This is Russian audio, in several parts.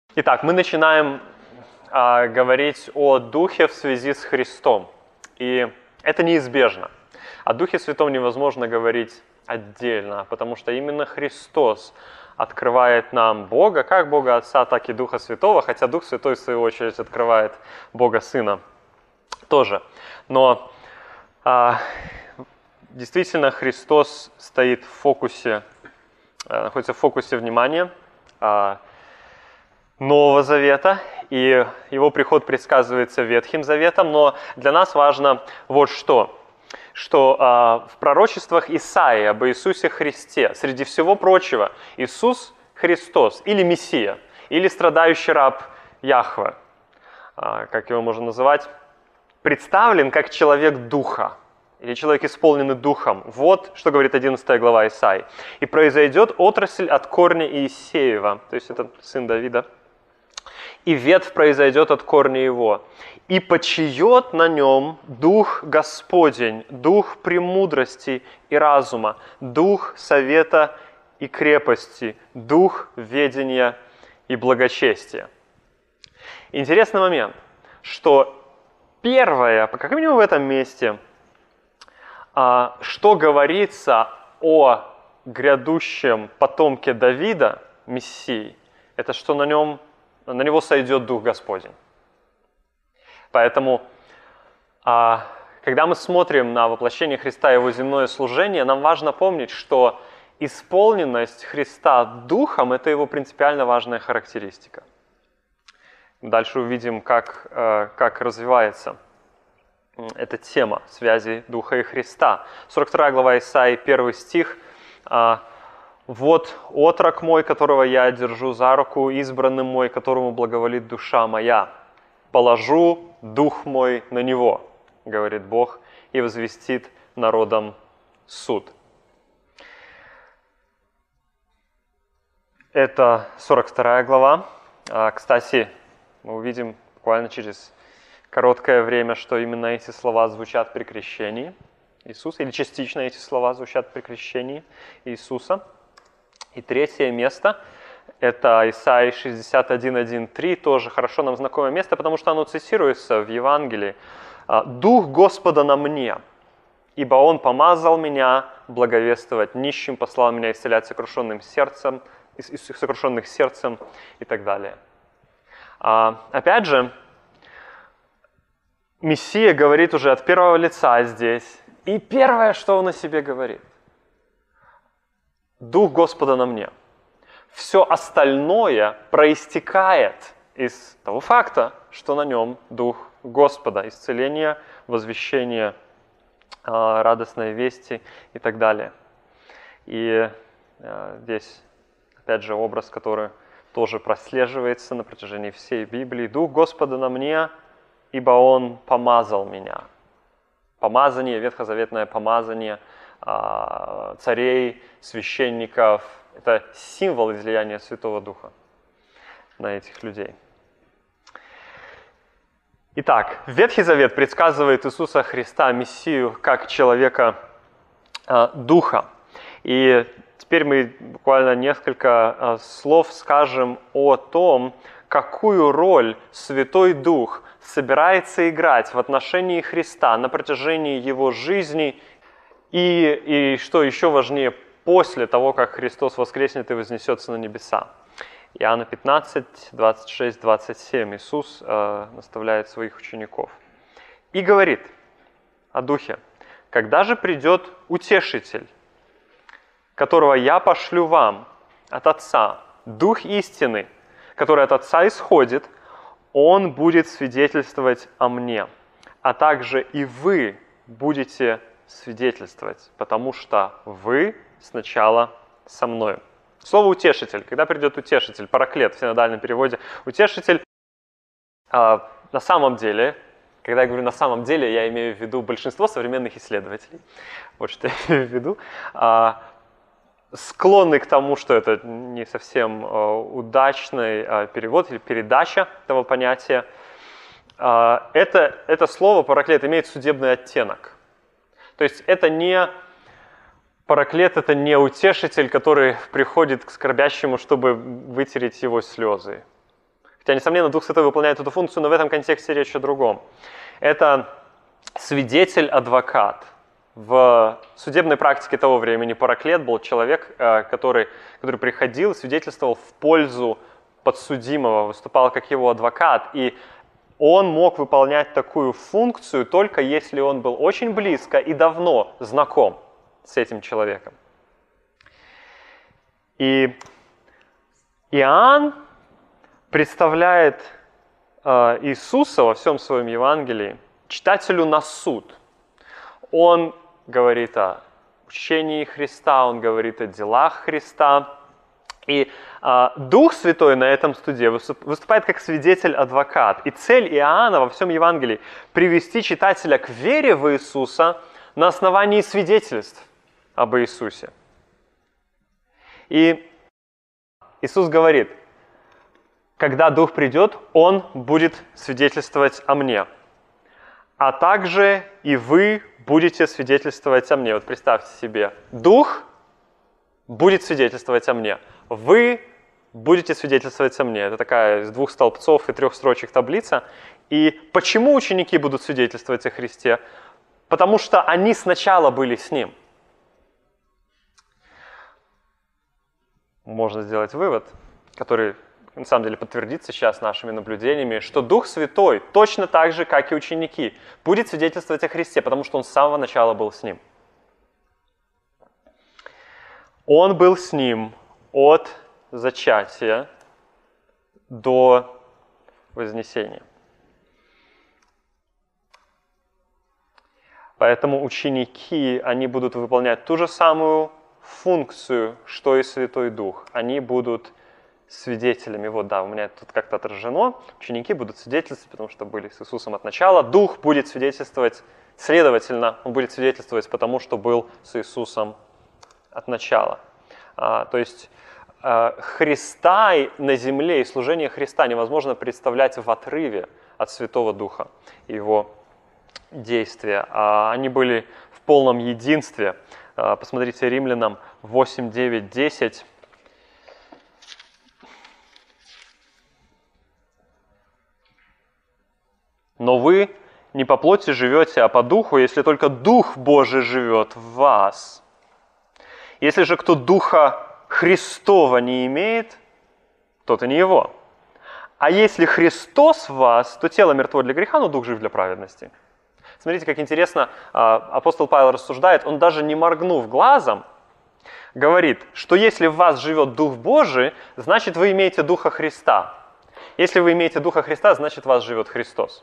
Итак, мы начинаем говорить о Духе в связи с Христом. И это неизбежно. О Духе Святом невозможно говорить отдельно, потому что именно Христос открывает нам Бога, как Бога Отца, так и Духа Святого, хотя Дух Святой, в свою очередь, открывает Бога Сына тоже. Но действительно Христос стоит в фокусе, находится в фокусе внимания Нового Завета, и его приход предсказывается Ветхим Заветом, но для нас важно вот что в пророчествах Исаии об Иисусе Христе, среди всего прочего, Иисус Христос, или Мессия, или страдающий раб Яхве, как его можно называть, представлен как человек Духа, или человек, исполненный Духом. Вот что говорит 11 глава Исаии. «И произойдет отрасль от корня Иисеева», то есть это сын Давида, «и ветвь произойдет от корня его, и почиет на нем Дух Господень, Дух премудрости и разума, Дух совета и крепости, Дух ведения и благочестия». Интересный момент, что первое, как минимум в этом месте, что говорится о грядущем потомке Давида, Мессии, это что на него сойдет Дух Господень. Поэтому, когда мы смотрим на воплощение Христа и его земное служение, нам важно помнить, что исполненность Христа Духом – это его принципиально важная характеристика. Дальше увидим, как развивается эта тема связи Духа и Христа. 42 глава Исаии, 1 стих. «Вот отрок мой, которого я держу за руку, избранный мой, которому благоволит душа моя. Положу дух мой на него, говорит Бог, и возвестит народам суд». Это 42 глава. Кстати, мы увидим буквально через короткое время, что именно эти слова звучат при крещении Иисуса, или частично эти слова звучат при крещении Иисуса. И третье место – это Исаии 61:1-3, тоже хорошо нам знакомое место, потому что оно цитируется в Евангелии. «Дух Господа на мне, ибо Он помазал меня благовествовать нищим, послал меня исцелять сокрушенных сердцем и так далее». Опять же, Мессия говорит уже от первого лица здесь. И первое, что Он о себе говорит: «Дух Господа на мне». Все остальное проистекает из того факта, что на нем Дух Господа, исцеление, возвещение радостной вести и так далее. И здесь, опять же, образ, который тоже прослеживается на протяжении всей Библии. «Дух Господа на мне, ибо Он помазал меня». Помазание, ветхозаветное помазание царей, священников – это символ излияния Святого Духа на этих людей. Итак, Ветхий Завет предсказывает Иисуса Христа, Мессию, как человека Духа. И теперь мы буквально несколько слов скажем о том, какую роль Святой Дух собирается играть в отношении Христа на протяжении Его жизни и что еще важнее, после того, как Христос воскреснет и вознесется на небеса. Иоанна 15, 26, 27. Иисус наставляет своих учеников. «И говорит о Духе: когда же придет Утешитель, которого я пошлю вам от Отца, Дух истины, который от Отца исходит, Он будет свидетельствовать о мне, а также и вы будете свидетельствовать, потому что вы сначала со мною». Слово «утешитель». Когда придет утешитель, параклет в синодальном переводе, утешитель на самом деле, когда я говорю «на самом деле», я имею в виду большинство современных исследователей, вот что я имею в виду, склонны к тому, что это не совсем удачный перевод или передача этого понятия. Это слово «параклет» имеет судебный оттенок. То есть это не параклет, это не утешитель, который приходит к скорбящему, чтобы вытереть его слезы. Хотя, несомненно, Дух Святой выполняет эту функцию, но в этом контексте речь о другом. Это свидетель-адвокат. В судебной практике того времени параклет был человек, который приходил и свидетельствовал в пользу подсудимого, выступал как его адвокат. И он мог выполнять такую функцию только если он был очень близко и давно знаком с этим человеком. И Иоанн представляет Иисуса во всем своем Евангелии читателю на суд. Он говорит о учении Христа, он говорит о делах Христа. И Дух Святой на этом суде выступает как свидетель-адвокат. И цель Иоанна во всем Евангелии – привести читателя к вере в Иисуса на основании свидетельств об Иисусе. И Иисус говорит: когда Дух придет, Он будет свидетельствовать о Мне. А также и вы будете свидетельствовать о Мне. Вот представьте себе, Дух будет свидетельствовать о Мне. Вы будете свидетельствовать о Мне. Это такая из 2 столбцов и 3 строчек таблица. И почему ученики будут свидетельствовать о Христе? Потому что они сначала были с Ним. Можно сделать вывод, который на самом деле подтвердится сейчас нашими наблюдениями, что Дух Святой, точно так же, как и ученики, будет свидетельствовать о Христе, потому что Он с самого начала был с Ним. Он был с Ним от зачатия до вознесения. Поэтому ученики, они будут выполнять ту же самую функцию, что и Святой Дух. Они будут свидетелями. Вот, да, у меня тут как-то отражено. Ученики будут свидетельствовать, потому что были с Иисусом от начала. Дух будет свидетельствовать, следовательно, он будет свидетельствовать, потому что был с Иисусом от начала. То есть Христа на земле и служение Христа невозможно представлять в отрыве от Святого Духа и Его действия. Они были в полном единстве. Посмотрите Римлянам 8, 9, 10. Но вы не по плоти живете, а по духу, если только Дух Божий живет в вас. Если же кто Духа Христова не имеет, тот и не его. А если Христос в вас, то тело мертво для греха, но Дух жив для праведности. Смотрите, как интересно апостол Павел рассуждает. Он даже не моргнув глазом, говорит, что если в вас живет Дух Божий, значит вы имеете Духа Христа. Если вы имеете Духа Христа, значит в вас живет Христос.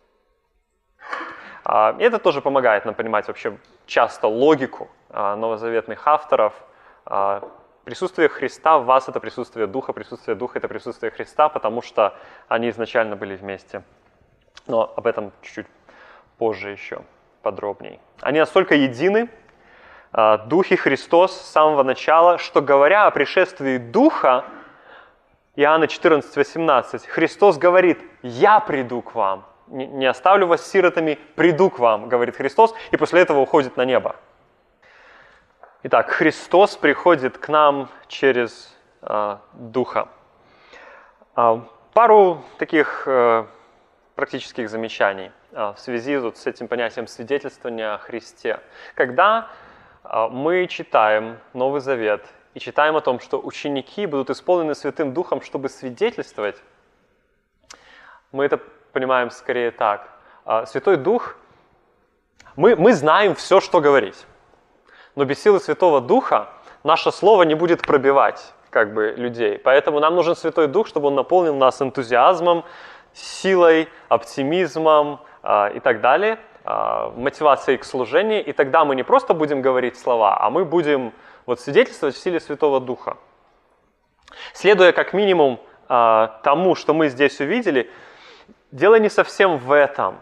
И это тоже помогает нам понимать вообще часто логику новозаветных авторов. Присутствие Христа в вас – это присутствие Духа – это присутствие Христа, потому что они изначально были вместе. Но об этом чуть-чуть позже еще подробнее. Они настолько едины, Дух и Христос с самого начала, что, говоря о пришествии Духа, Иоанна 14:18, Христос говорит: «Я приду к вам, не оставлю вас сиротами, приду к вам», говорит Христос, и после этого уходит на небо. Итак, Христос приходит к нам через Духа. Пару таких практических замечаний в связи с этим понятием свидетельствования о Христе. Когда мы читаем Новый Завет и читаем о том, что ученики будут исполнены Святым Духом, чтобы свидетельствовать, мы это понимаем скорее так. Святой Дух, мы знаем все, что говорить, но без силы Святого Духа наше слово не будет пробивать людей. Поэтому нам нужен Святой Дух, чтобы Он наполнил нас энтузиазмом, силой, оптимизмом и так далее, мотивацией к служению. И тогда мы не просто будем говорить слова, а мы будем свидетельствовать в силе Святого Духа. Следуя как минимум тому, что мы здесь увидели, дело не совсем в этом.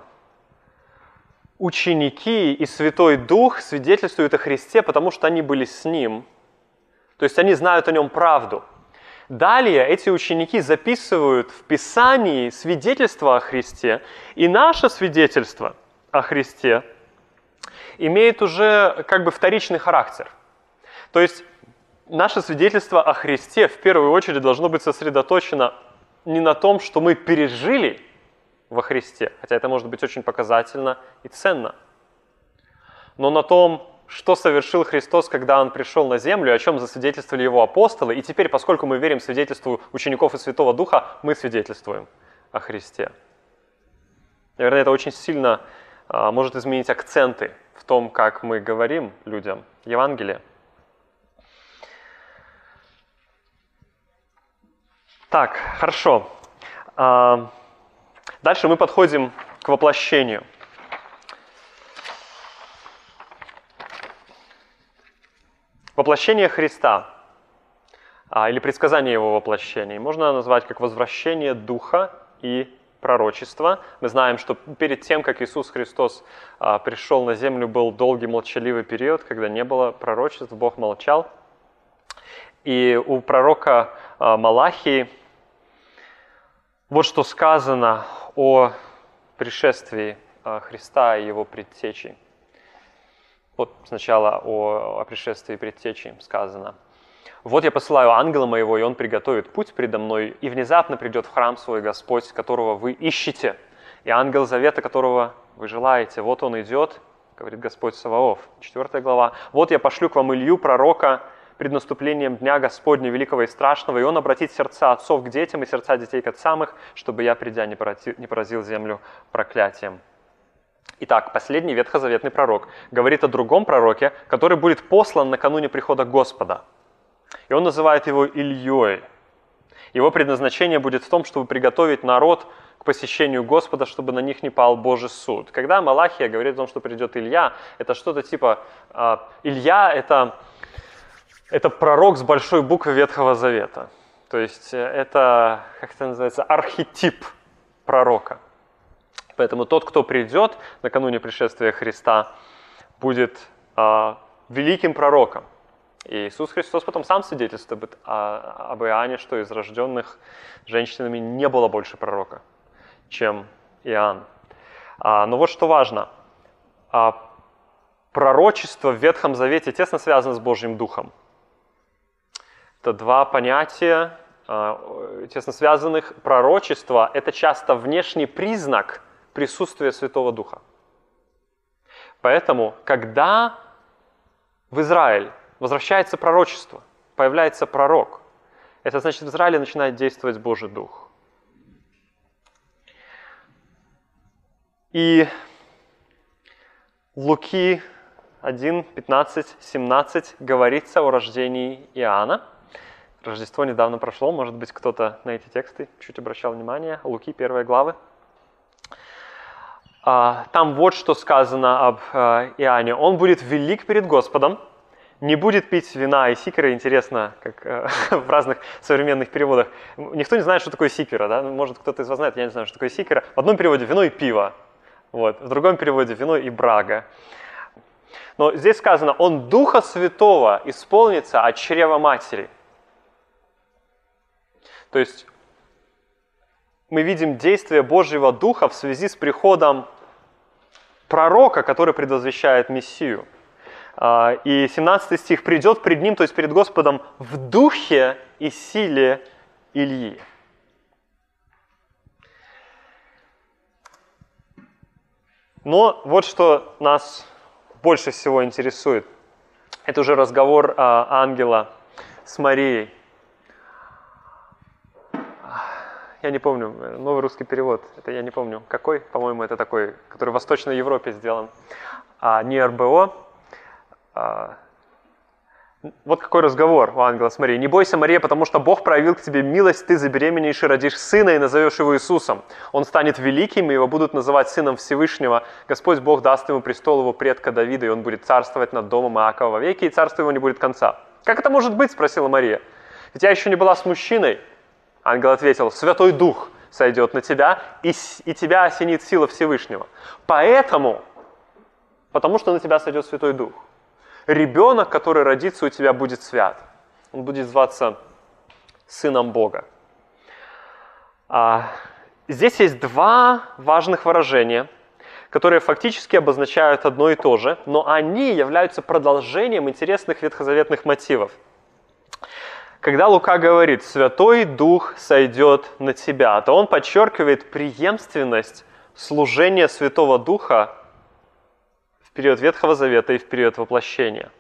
Ученики и Святой Дух свидетельствуют о Христе, потому что они были с Ним. То есть они знают о Нем правду. Далее эти ученики записывают в Писании свидетельство о Христе, и наше свидетельство о Христе имеет уже вторичный характер. То есть наше свидетельство о Христе в первую очередь должно быть сосредоточено не на том, что мы пережили во Христе, хотя это может быть очень показательно и ценно, но на том, что совершил Христос, когда Он пришел на землю, о чем засвидетельствовали Его апостолы, и теперь, поскольку мы верим свидетельству учеников и Святого Духа, мы свидетельствуем о Христе. Наверное, это очень сильно может изменить акценты в том, как мы говорим людям Евангелие. Так, хорошо. Дальше мы подходим к воплощению. Воплощение Христа, или предсказание Его воплощения, можно назвать как возвращение Духа и пророчества. Мы знаем, что перед тем, как Иисус Христос пришел на землю, был долгий молчаливый период, когда не было пророчеств, Бог молчал. И у пророка Малахии вот что сказано о пришествии Христа и Его предтечи. Вот сначала о пришествии предтечи сказано. «Вот я посылаю ангела моего, и он приготовит путь предо мной, и внезапно придет в храм свой Господь, которого вы ищете, и ангел завета, которого вы желаете. Вот он идет, говорит Господь Саваоф». 4 глава. «Вот я пошлю к вам Илью, пророка, пред наступлением дня Господня великого и страшного, и он обратит сердца отцов к детям и сердца детей к отцам их, чтобы я, придя, не поразил землю проклятием». Итак, последний ветхозаветный пророк говорит о другом пророке, который будет послан накануне прихода Господа. И он называет его Ильей. Его предназначение будет в том, чтобы приготовить народ к посещению Господа, чтобы на них не пал Божий суд. Когда Малахия говорит о том, что придет Илья, это что-то типа... Илья — это пророк с большой буквы Ветхого Завета. То есть это, как это называется, архетип пророка. Поэтому тот, кто придет накануне пришествия Христа, будет великим пророком. И Иисус Христос потом сам свидетельствует об Иоанне, что из рожденных женщинами не было больше пророка, чем Иоанн. Но вот что важно. Пророчество в Ветхом Завете тесно связано с Божьим Духом. Это два понятия, тесно связанных. Пророчество – это часто внешний признак присутствия Святого Духа. Поэтому, когда в Израиль возвращается пророчество, появляется пророк, это значит, в Израиле начинает действовать Божий Дух. И Луки 1, 15, 17 говорится о рождении Иоанна. Рождество недавно прошло, может быть, кто-то на эти тексты чуть обращал внимание. Луки, 1 главы. Там вот что сказано об Иоанне. Он будет велик перед Господом, не будет пить вина и сикера. Интересно, как в разных современных переводах. Никто не знает, что такое сикера, да? Может, кто-то из вас знает, я не знаю, что такое сикера. В одном переводе вино и пиво, вот. В другом переводе вино и брага. Но здесь сказано, он Духа Святого исполнится от чрева матери. То есть мы видим действие Божьего Духа в связи с приходом пророка, который предвозвещает Мессию. И 17 стих: «Придет пред ним», то есть перед Господом, в духе и силе Ильи. Но вот что нас больше всего интересует. Это уже разговор ангела с Марией. Я не помню, новый русский перевод, это я не помню какой, по-моему, это такой, который в Восточной Европе сделан, не РБО. Вот какой разговор у ангела с Марией. «Не бойся, Мария, потому что Бог проявил к тебе милость, ты забеременеешь и родишь сына, и назовешь его Иисусом. Он станет великим, и его будут называть сыном Всевышнего. Господь Бог даст ему престол его предка Давида, и он будет царствовать над домом Иакова вовеки, и царство его не будет конца». «Как это может быть?» – спросила Мария. «Ведь я еще не была с мужчиной». Ангел ответил: «Святой Дух сойдет на тебя, и тебя осенит сила Всевышнего. Потому что на тебя сойдет Святой Дух. Ребенок, который родится у тебя, будет свят. Он будет зваться Сыном Бога». Здесь есть два важных выражения, которые фактически обозначают одно и то же, но они являются продолжением интересных ветхозаветных мотивов. Когда Лука говорит «Святой Дух сойдет на тебя», то он подчеркивает преемственность служения Святого Духа в период Ветхого Завета и в период воплощения.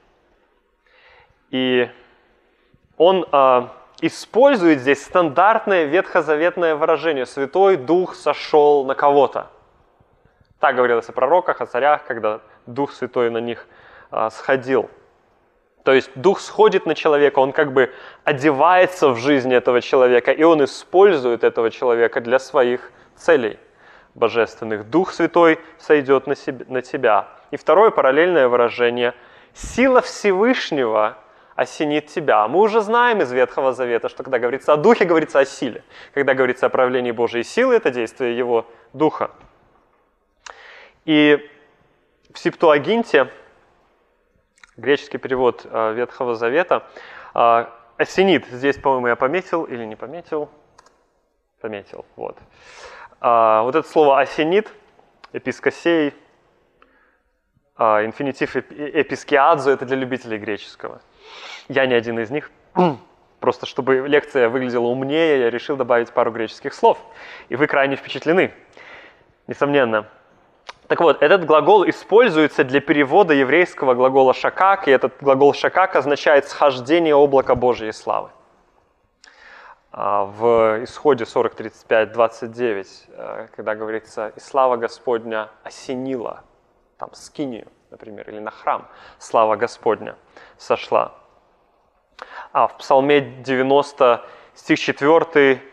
И он использует здесь стандартное ветхозаветное выражение «Святой Дух сошел на кого-то». Так говорилось о пророках, о царях, когда Дух Святой на них сходил. То есть Дух сходит на человека, он как бы одевается в жизнь этого человека, и он использует этого человека для своих целей божественных. Дух Святой сойдет на тебя. И второе параллельное выражение «Сила Всевышнего осенит тебя». Мы уже знаем из Ветхого Завета, что когда говорится о Духе, говорится о силе. Когда говорится о проявлении Божьей силы, это действие Его Духа. И в Септуагинте, греческий перевод Ветхого Завета, осенит, здесь, по-моему, я пометил или не пометил? Пометил, вот. Вот это слово осенит, эпискосей, инфинитив эпискиадзо, это для любителей греческого. Я не один из них. Просто чтобы лекция выглядела умнее, я решил добавить пару греческих слов. И вы крайне впечатлены, несомненно. Так вот, этот глагол используется для перевода еврейского глагола «шакак», и этот глагол «шакак» означает «схождение облака Божьей славы». В Исходе 40:35-29, когда говорится «и слава Господня осенила», там скинию, например, или на храм, слава Господня сошла. А в Псалме 90, стих 4,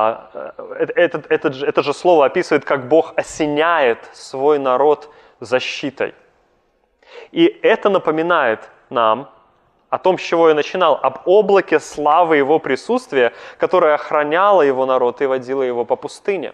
это же слово описывает, как Бог осеняет свой народ защитой. И это напоминает нам о том, с чего я начинал, об облаке славы Его присутствия, которое охраняло Его народ и водило его по пустыне.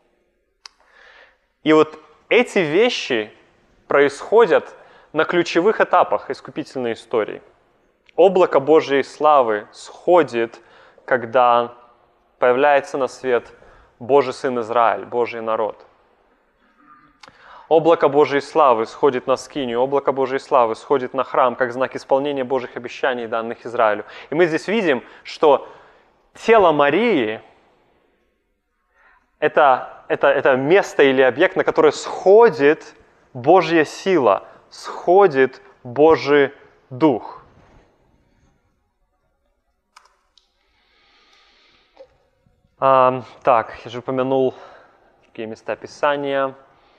И вот эти вещи происходят на ключевых этапах искупительной истории. Облако Божьей славы сходит, когда появляется на свет Божий Сын Израиль, Божий народ. Облако Божьей славы сходит на скинию, облако Божьей славы сходит на храм, как знак исполнения Божьих обещаний, данных Израилю. И мы здесь видим, что тело Марии – это место или объект, на которое сходит Божья сила, сходит Божий Дух. Так, я же упомянул, какие места Писания.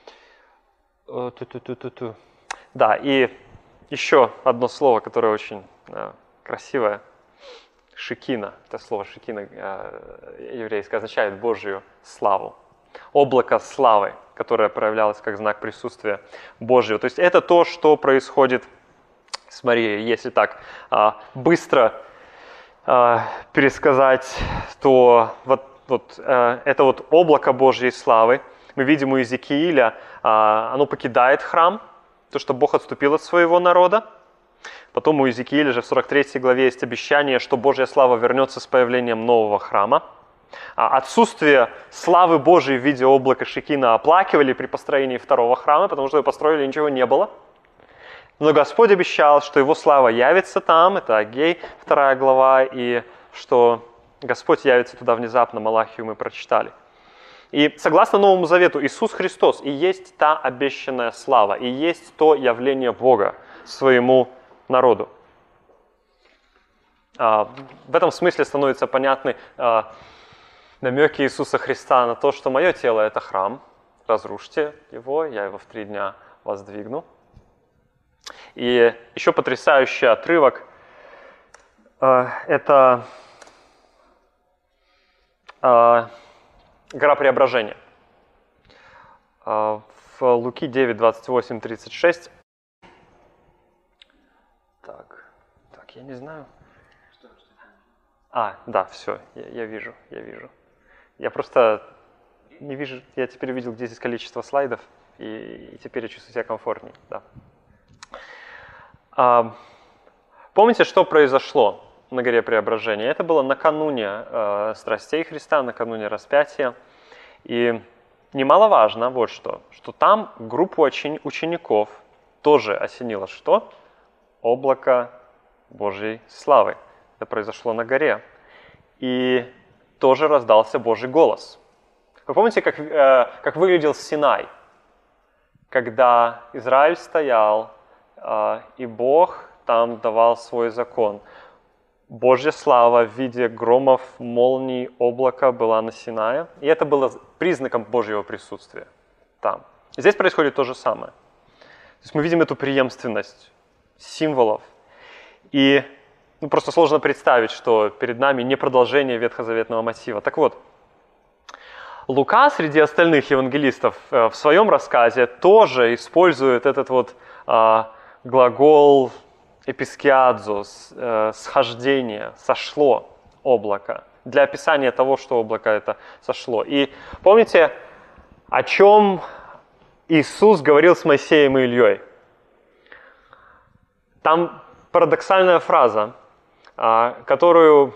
Да, и еще одно слово, которое очень красивое. Шекина. Это слово шекина еврейское означает Божью славу. Облако славы, которое проявлялось как знак присутствия Божьего. То есть это то, что происходит с Марией. Если так быстро пересказать, то это вот облако Божьей славы. Мы видим у Иезекииля, оно покидает храм, то, что Бог отступил от своего народа. Потом у Иезекииля же в 43 главе есть обещание, что Божья слава вернется с появлением нового храма. Отсутствие славы Божьей в виде облака Шекина оплакивали при построении второго храма, потому что его построили, ничего не было. Но Господь обещал, что Его слава явится там, это Агей, 2 глава, и что Господь явится туда внезапно, Малахию мы прочитали. И согласно Новому Завету, Иисус Христос и есть та обещанная слава, и есть то явление Бога своему народу. В этом смысле становятся понятны намеки Иисуса Христа на то, что мое тело – это храм, разрушьте его, я его в 3 дня воздвигну. И еще потрясающий отрывок – это гора Преображения. В Луки 9, 28, 36. Так, я не знаю. Да, все, я вижу. Я просто не вижу, я теперь увидел, где здесь количество слайдов, и теперь я чувствую себя комфортней. Да. Помните, что произошло на горе Преображения? Это было накануне страстей Христа, накануне распятия. И немаловажно вот что там группу учеников тоже осенило что? Облако Божьей славы. Это произошло на горе. и тоже раздался Божий голос. Вы помните, как выглядел Синай? Когда Израиль стоял, и Бог там давал свой закон. Божья слава в виде громов, молний, облака была на Синае, и это было признаком Божьего присутствия там. Здесь происходит то же самое. То есть мы видим эту преемственность символов, и просто сложно представить, что перед нами не продолжение ветхозаветного мотива. Так вот, Лука среди остальных евангелистов в своем рассказе тоже использует этот вот глагол эпискиадзо, схождение, сошло облако, для описания того, что облако это сошло. И помните, о чем Иисус говорил с Моисеем и Ильей? Там парадоксальная фраза, которую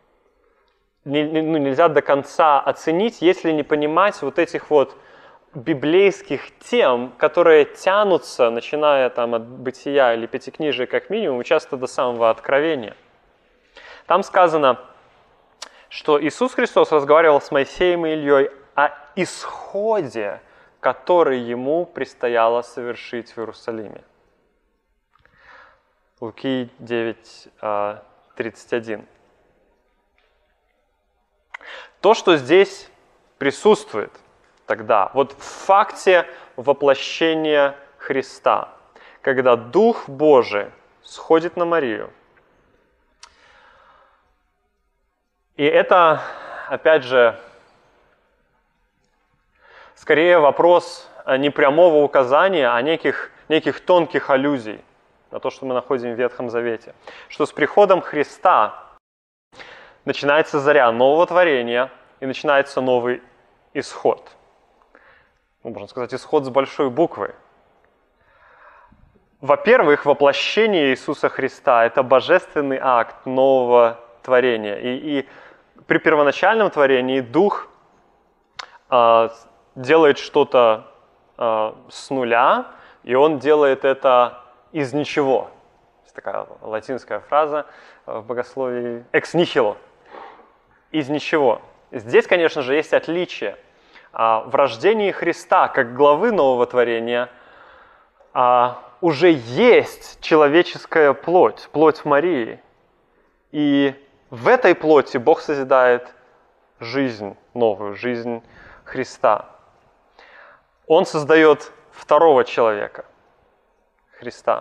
нельзя до конца оценить, если не понимать вот этих вот библейских тем, которые тянутся, начиная там от Бытия или Пятикнижия как минимум, часто до самого Откровения. Там сказано, что Иисус Христос разговаривал с Моисеем и Ильей о исходе, который ему предстояло совершить в Иерусалиме. Луки 9:31. То, что здесь присутствует тогда, вот в факте воплощения Христа, когда Дух Божий сходит на Марию. И это, опять же, скорее вопрос не прямого указания, а неких тонких аллюзий на то, что мы находим в Ветхом Завете. Что с приходом Христа начинается заря нового творения и начинается новый исход. Можно сказать, исход с большой буквы. Во-первых, воплощение Иисуса Христа – это божественный акт нового творения. И при первоначальном творении Дух делает что-то с нуля, и Он делает это из ничего. Есть такая латинская фраза в богословии «ex nihilo» – из ничего. Здесь, конечно же, есть отличие. В рождении Христа, как главы нового творения, уже есть человеческая плоть, плоть Марии. И в этой плоти Бог созидает жизнь новую, жизнь Христа. Он создает второго человека, Христа.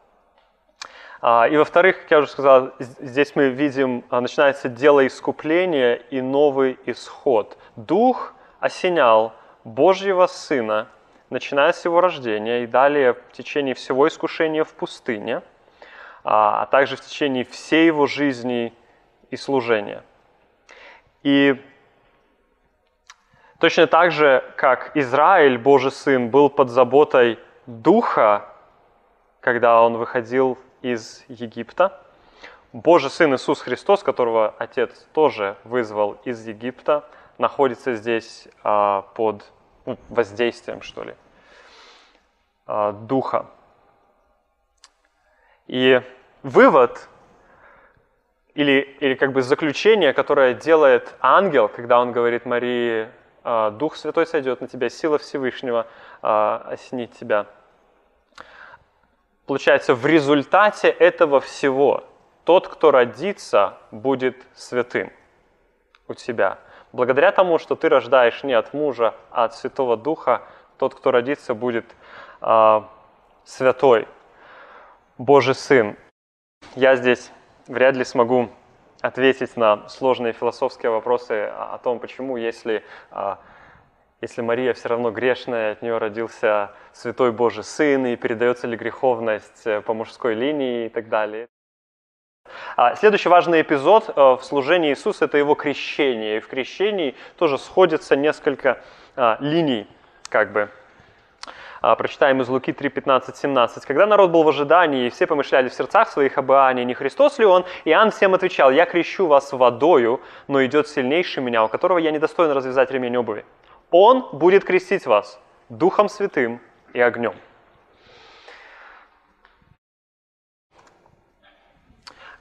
И во-вторых, как я уже сказал, здесь мы видим, начинается дело искупления и новый исход. Дух осенял Божьего Сына, начиная с Его рождения и далее в течение всего искушения в пустыне, а также в течение всей Его жизни и служения. И точно так же, как Израиль, Божий Сын, был под заботой Духа, когда он выходил из Египта, Божий Сын Иисус Христос, которого Отец тоже вызвал из Египта, находится здесь под воздействием, что ли, Духа. И вывод или как бы заключение, которое делает ангел, когда он говорит Марии: «Дух Святой сойдет на тебя, сила Всевышнего осенит тебя». Получается, в результате этого всего тот, кто родится, будет святым у тебя. Благодаря тому, что ты рождаешь не от мужа, а от Святого Духа, тот, кто родится, будет святой, Божий Сын. Я здесь вряд ли смогу ответить на сложные философские вопросы о том, почему, если Мария все равно грешная, от нее родился Святой Божий Сын, и передается ли греховность по мужской линии и так далее. Следующий важный эпизод в служении Иисуса – это Его крещение. И в крещении тоже сходятся несколько линий, как бы. Прочитаем из Луки 3, 15, 17. «Когда народ был в ожидании, и все помышляли в сердцах своих об Иоанне, не Христос ли он? Иоанн всем отвечал: я крещу вас водою, но идет сильнейший меня, у которого я недостоин развязать ремень обуви. Он будет крестить вас Духом Святым и огнем».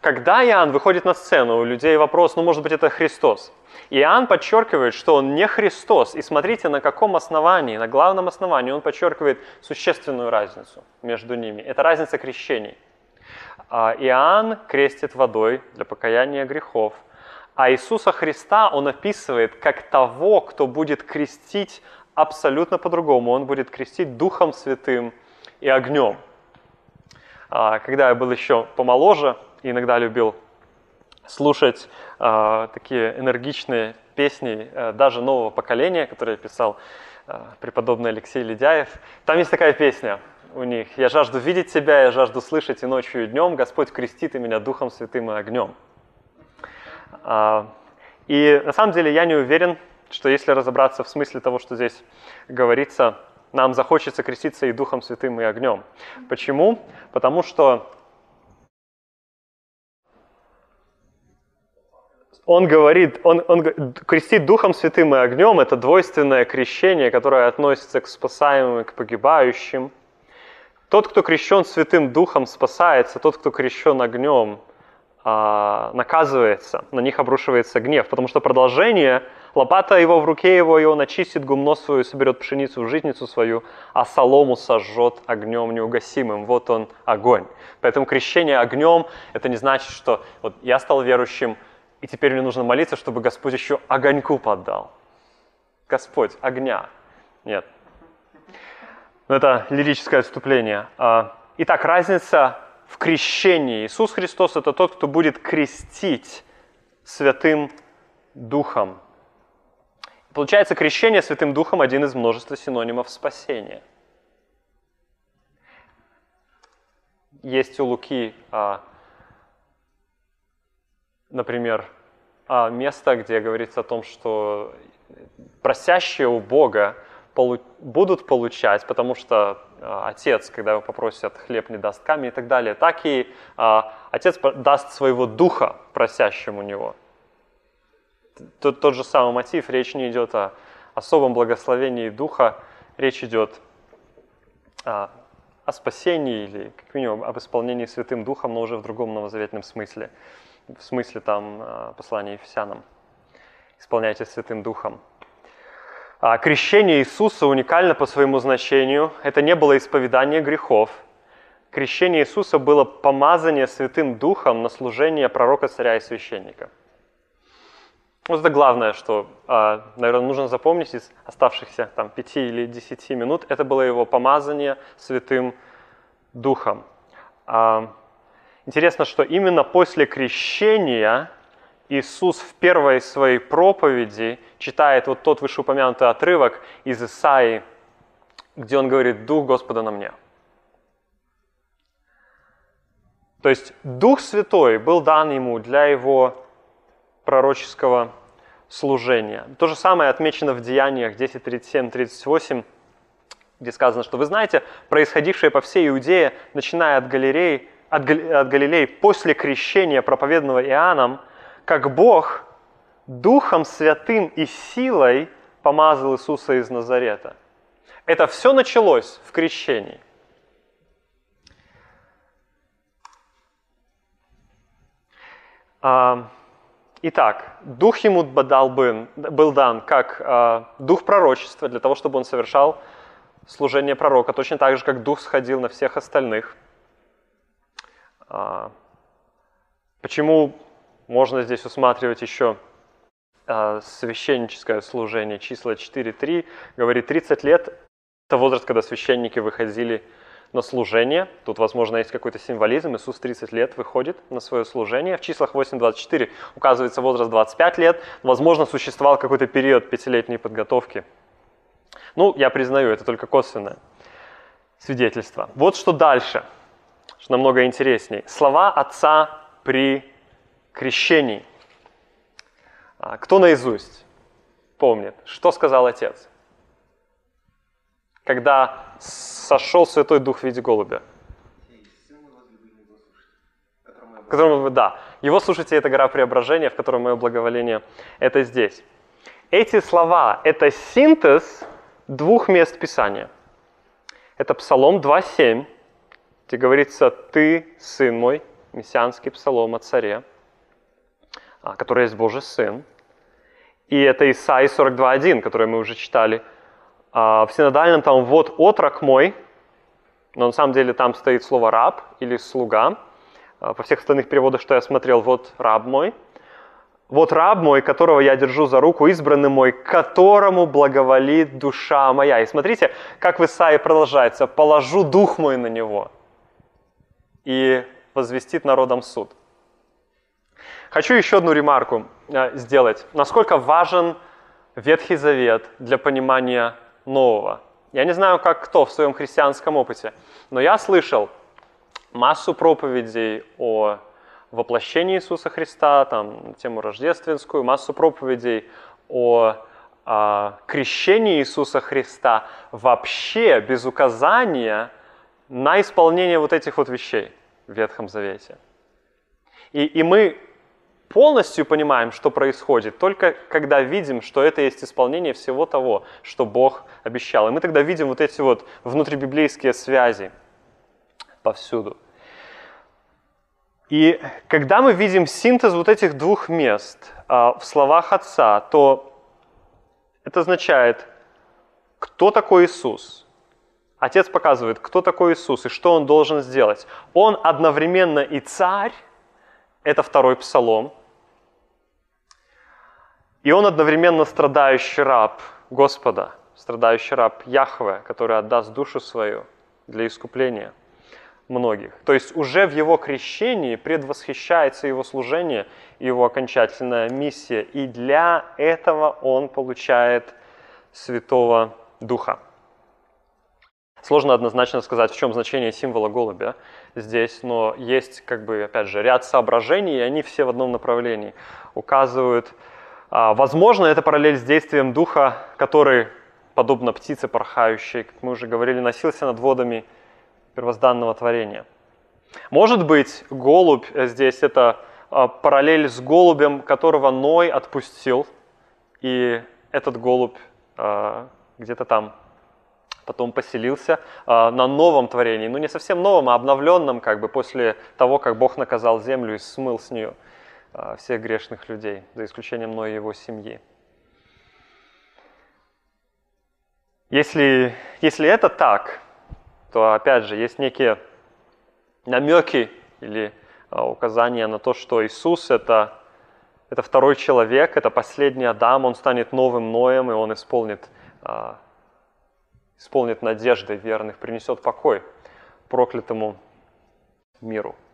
Когда Иоанн выходит на сцену, у людей вопрос, ну, может быть, это Христос. Иоанн подчеркивает, что он не Христос. И смотрите, на каком основании, на главном основании он подчеркивает существенную разницу между ними. Это разница крещений. Иоанн крестит водой для покаяния грехов, а Иисуса Христа он описывает как того, кто будет крестить абсолютно по-другому. Он будет крестить Духом Святым и огнем. Когда я был еще помоложе, иногда любил слушать такие энергичные песни даже нового поколения, которые писал преподобный Алексей Ледяев. Там есть такая песня у них: «Я жажду видеть Тебя, я жажду слышать и ночью, и днем, Господь крестит и меня Духом Святым и огнем». И на самом деле я не уверен, что если разобраться в смысле того, что здесь говорится, нам захочется креститься и Духом Святым, и огнем. Почему? Потому что он говорит, он крестит Духом Святым и огнем — это двойственное крещение, которое относится к спасаемым и к погибающим. Тот, кто крещен Святым Духом, спасается, тот, кто крещен огнем, наказывается, на них обрушивается гнев, потому что продолжение: лопата его в руке его, и он очистит гумно свою, соберет пшеницу в житницу свою, а солому сожжет огнем неугасимым. Вот он, огонь. Поэтому крещение огнем — это не значит, что вот я стал верующим, и теперь мне нужно молиться, чтобы Господь еще огоньку поддал. Господь, огня. Нет. Это лирическое отступление. Итак, разница в крещении. Иисус Христос — это тот, кто будет крестить Святым Духом. Получается, крещение Святым Духом — один из множества синонимов спасения. Есть у Луки, например, место, где говорится о том, что просящие у Бога будут получать, потому что отец, когда его попросят, хлеб не даст камень и так далее, так и отец даст своего духа просящему у него. Тот же самый мотив, речь не идет о особом благословении духа, речь идет о спасении или как минимум об исполнении Святым Духом, но уже в другом новозаветном смысле. В смысле там послания Ефесянам. Исполняйте Святым Духом. Крещение Иисуса уникально по своему значению. Это не было исповедание грехов. Крещение Иисуса было помазание Святым Духом на служение пророка, царя и священника. Вот это главное, что, наверное, нужно запомнить из оставшихся 5 или 10 минут. Это было его помазание Святым Духом. Интересно, что именно после крещения Иисус в первой своей проповеди читает вот тот вышеупомянутый отрывок из Исаии, где он говорит: «Дух Господа на мне». То есть Дух Святой был дан ему для его пророческого служения. То же самое отмечено в Деяниях 10:37-38, где сказано, что вы знаете, происходившее по всей Иудее, начиная от Галилеи после крещения, проповеданного Иоанном, как Бог Духом Святым и силой помазал Иисуса из Назарета. Это все началось в крещении. Итак, Дух ему был дан как Дух пророчества, для того, чтобы он совершал служение пророка, точно так же, как Дух сходил на всех остальных. Почему можно здесь усматривать еще священническое служение? Числа 4:3 говорит, 30 лет – это возраст, когда священники выходили на служение. Тут, возможно, есть какой-то символизм. Иисус 30 лет выходит на свое служение. В числах 8:24 указывается возраст 25 лет. Возможно, существовал какой-то период 5-летней подготовки. Ну, я признаю, это только косвенное свидетельство. Вот что дальше, что намного интересней. Слова Отца при крещении. Кто наизусть помнит, что сказал Отец, когда сошел Святой Дух в виде голубя? Его слушайте, это гора преображения, в котором мое благоволение, это здесь. Эти слова – это синтез двух мест Писания. Это Псалом 2:7, где говорится: «Ты, Сын мой, мессианский псалом о царе, который есть Божий Сын. И это Исаии 42:1, который мы уже читали. В синодальном там «вот отрок мой», но на самом деле там стоит слово «раб» или «слуга». Во всех остальных переводах, что я смотрел, «вот раб мой». «Вот раб мой, которого я держу за руку, избранный мой, которому благоволит душа моя». И смотрите, как в Исаии продолжается: «Положу дух мой на него и возвестит народам суд». Хочу еще одну ремарку сделать. Насколько важен Ветхий Завет для понимания Нового. Я не знаю, как кто в своем христианском опыте, но я слышал массу проповедей о воплощении Иисуса Христа, там, тему рождественскую, массу проповедей о крещении Иисуса Христа, вообще без указания на исполнение вот этих вот вещей в Ветхом Завете. И мы полностью понимаем, что происходит, только когда видим, что это есть исполнение всего того, что Бог обещал. И мы тогда видим вот эти вот внутрибиблейские связи повсюду. И когда мы видим синтез вот этих двух мест в словах Отца, то это означает, кто такой Иисус. Отец показывает, кто такой Иисус и что Он должен сделать. Он одновременно и царь, это 2-й Псалом, и Он одновременно страдающий раб Господа, страдающий раб Яхве, который отдаст душу свою для искупления многих. То есть уже в Его крещении предвосхищается Его служение, Его окончательная миссия, и для этого Он получает Святого Духа. Сложно однозначно сказать, в чем значение символа голубя здесь, но есть, опять же, ряд соображений, и они все в одном направлении указывают. Возможно, это параллель с действием Духа, который, подобно птице порхающей, как мы уже говорили, носился над водами первозданного творения. Может быть, голубь здесь это параллель с голубем, которого Ной отпустил, и этот голубь где-то там потом поселился на новом творении, не совсем новом, а обновленном, после того, как Бог наказал землю и смыл с нее всех грешных людей, за исключением Ноя и его семьи. Если это так, то, опять же, есть некие намеки или указания на то, что Иисус — это второй человек, это последний Адам, Он станет новым Ноем, и Он исполнит надеждой верных, принесет покой проклятому миру.